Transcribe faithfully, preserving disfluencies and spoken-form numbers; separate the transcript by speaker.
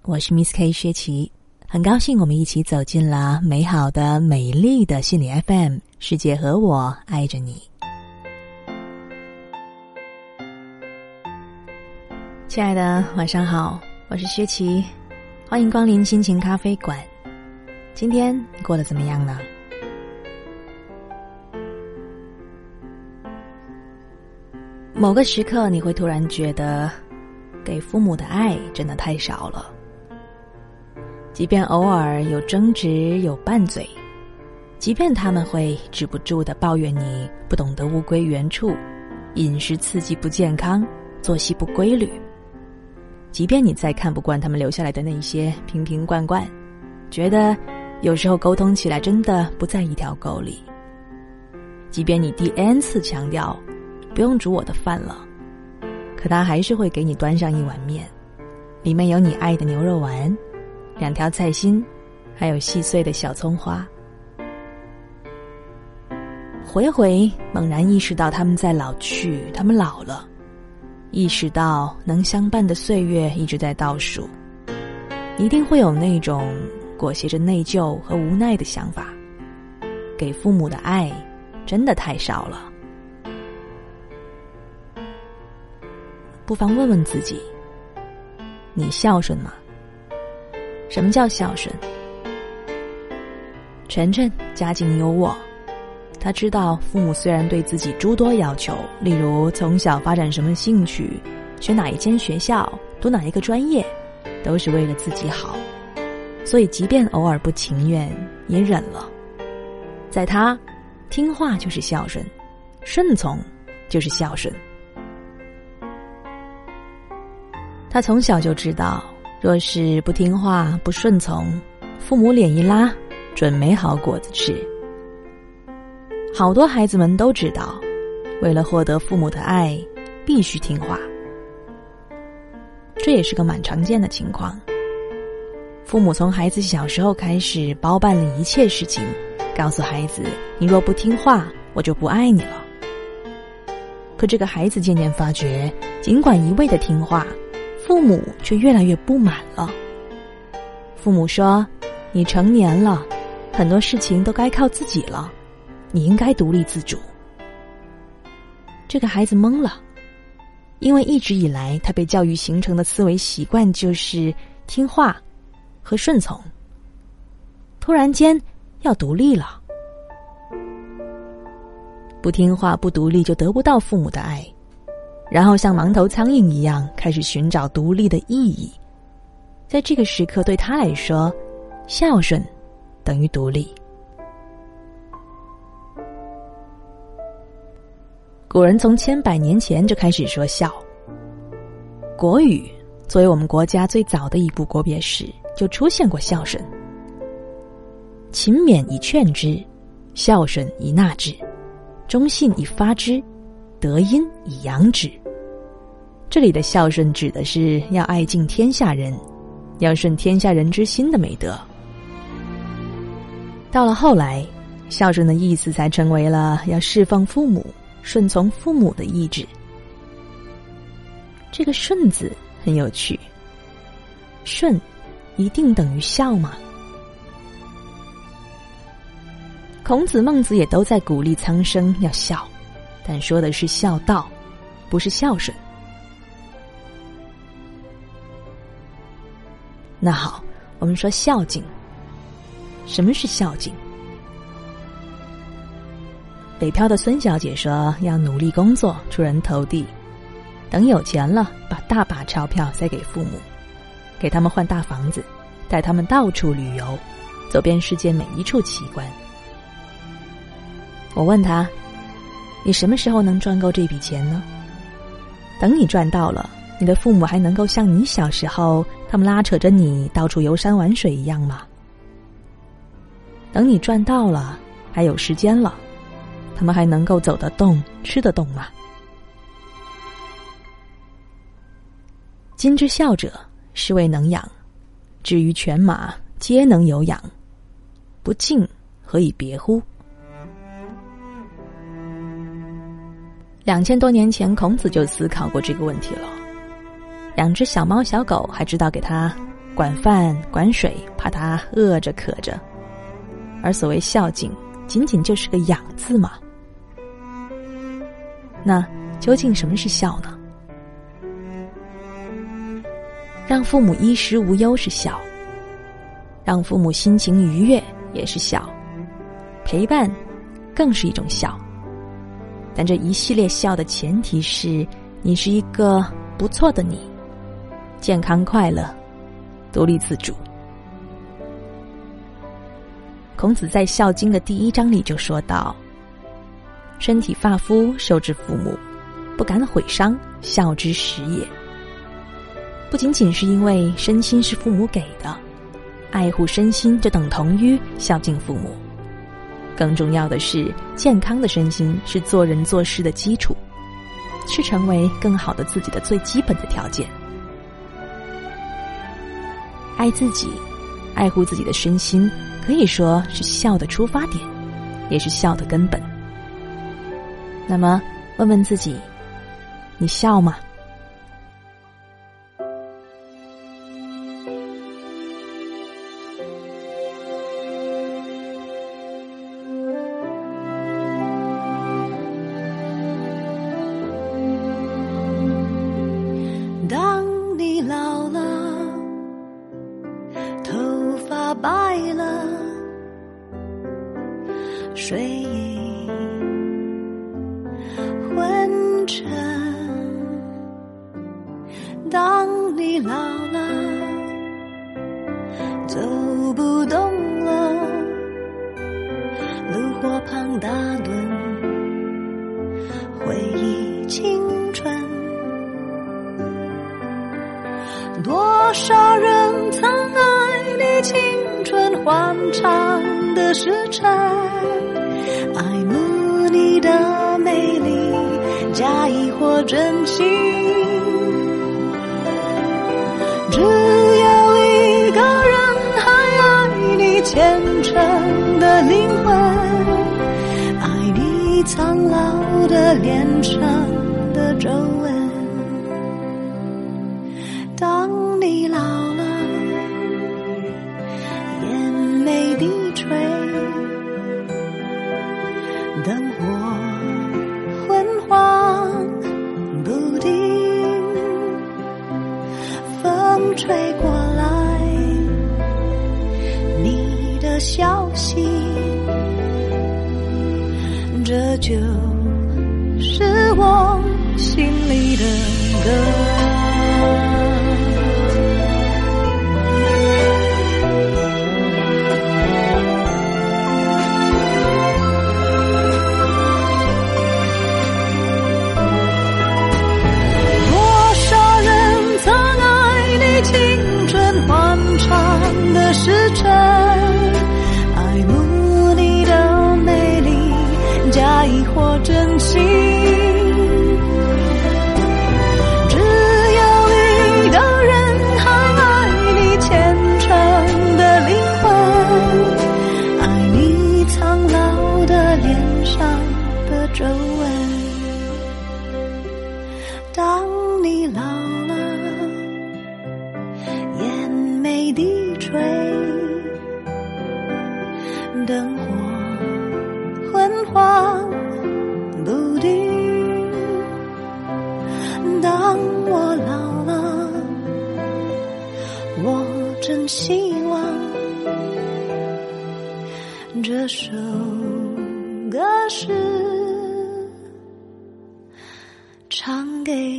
Speaker 1: 我是 Miss K 薛琪，很高兴我们一起走进了美好的美丽的心理 F M， 世界和我爱着你。亲爱的，晚上好，我是薛琪，欢迎光临心情咖啡馆。今天你过得怎么样呢？某个时刻你会突然觉得给父母的爱真的太少了，即便偶尔有争执有拌嘴，即便他们会止不住地抱怨你不懂得物归原处，饮食刺激不健康，作息不规律，即便你再看不惯他们留下来的那些瓶瓶罐罐，觉得有时候沟通起来真的不在一条沟里，即便你第 N 次强调不用煮我的饭了，可他还是会给你端上一碗面，里面有你爱的牛肉丸，两条菜心，还有细碎的小葱花。回回猛然意识到他们在老去，他们老了，意识到能相伴的岁月一直在倒数，一定会有那种裹挟着内疚和无奈的想法，给父母的爱真的太少了。不妨问问自己，你孝顺吗？什么叫孝顺？晨晨家境优渥，他知道父母虽然对自己诸多要求，例如从小发展什么兴趣，选哪一间学校，读哪一个专业，都是为了自己好，所以即便偶尔不情愿也忍了。在他，听话就是孝顺，顺从就是孝顺。他从小就知道，若是不听话不顺从，父母脸一拉，准没好果子吃。好多孩子们都知道，为了获得父母的爱，必须听话。这也是个蛮常见的情况。父母从孩子小时候开始包办了一切事情，告诉孩子，你若不听话，我就不爱你了。可这个孩子渐渐发觉，尽管一味的听话，父母却越来越不满了。父母说，你成年了，很多事情都该靠自己了，你应该独立自主。这个孩子懵了，因为一直以来他被教育形成的思维习惯就是听话和顺从，突然间要独立了。不听话不独立就得不到父母的爱，然后像盲头苍蝇一样开始寻找独立的意义。在这个时刻对他来说，孝顺等于独立。古人从千百年前就开始说孝。国语作为我们国家最早的一部国别史，就出现过孝顺。勤勉以劝之，孝顺以纳之，忠信以发之，德音以扬之。这里的孝顺指的是要爱敬天下人，要顺天下人之心的美德。到了后来，孝顺的意思才成为了要侍奉父母，顺从父母的意志。这个顺字很有趣，顺一定等于孝吗？孔子孟子也都在鼓励苍生要孝，但说的是孝道，不是孝顺。那好，我们说孝敬。什么是孝敬？北漂的孙小姐说，要努力工作，出人头地，等有钱了，把大把钞票塞给父母，给他们换大房子，带他们到处旅游，走遍世界每一处奇观。我问他，你什么时候能赚够这笔钱呢？等你赚到了，你的父母还能够像你小时候他们拉扯着你到处游山玩水一样吗？等你赚到了，还有时间了，他们还能够走得动吃得动吗？今之孝者，是谓能养，至于犬马，皆能有养，不敬何以别乎？两千多年前，孔子就思考过这个问题了。养只小猫小狗，还知道给它管饭管水，怕他饿着渴着。而所谓孝敬，仅仅就是个养字嘛。那究竟什么是孝呢？让父母衣食无忧是孝，让父母心情愉悦也是孝，陪伴更是一种孝。但这一系列孝的前提是你是一个不错的你，健康快乐，独立自主。孔子在《孝经》的第一章里就说到，身体发肤受之父母，不敢毁伤，孝之始也。不仅仅是因为身心是父母给的，爱护身心就等同于孝敬父母，更重要的是，健康的身心是做人做事的基础，是成为更好的自己的最基本的条件。爱自己，爱护自己的身心，可以说是孝的出发点，也是孝的根本。那么，问问自己，你孝吗？
Speaker 2: 当你老了，头发白了，睡意昏沉。当你老了，走不动了，炉火旁打盹，回忆青春。多少人曾爱你青春欢畅的时辰，爱慕你的美丽，假意或真情。只有一个人还爱你虔诚的灵魂，爱你苍老的脸上的皱纹。当你老了，眼眉低垂，灯火昏黄不定，风吹过来你的消息，这就是我心里的歌。的时辰，爱慕你的美丽，假意或真心。只有一个人还爱你虔诚的灵魂，爱你苍老的脸上的皱纹。当你老了，眼眉低垂，灯火昏黄不定。当我老了，我真希望这首歌是唱给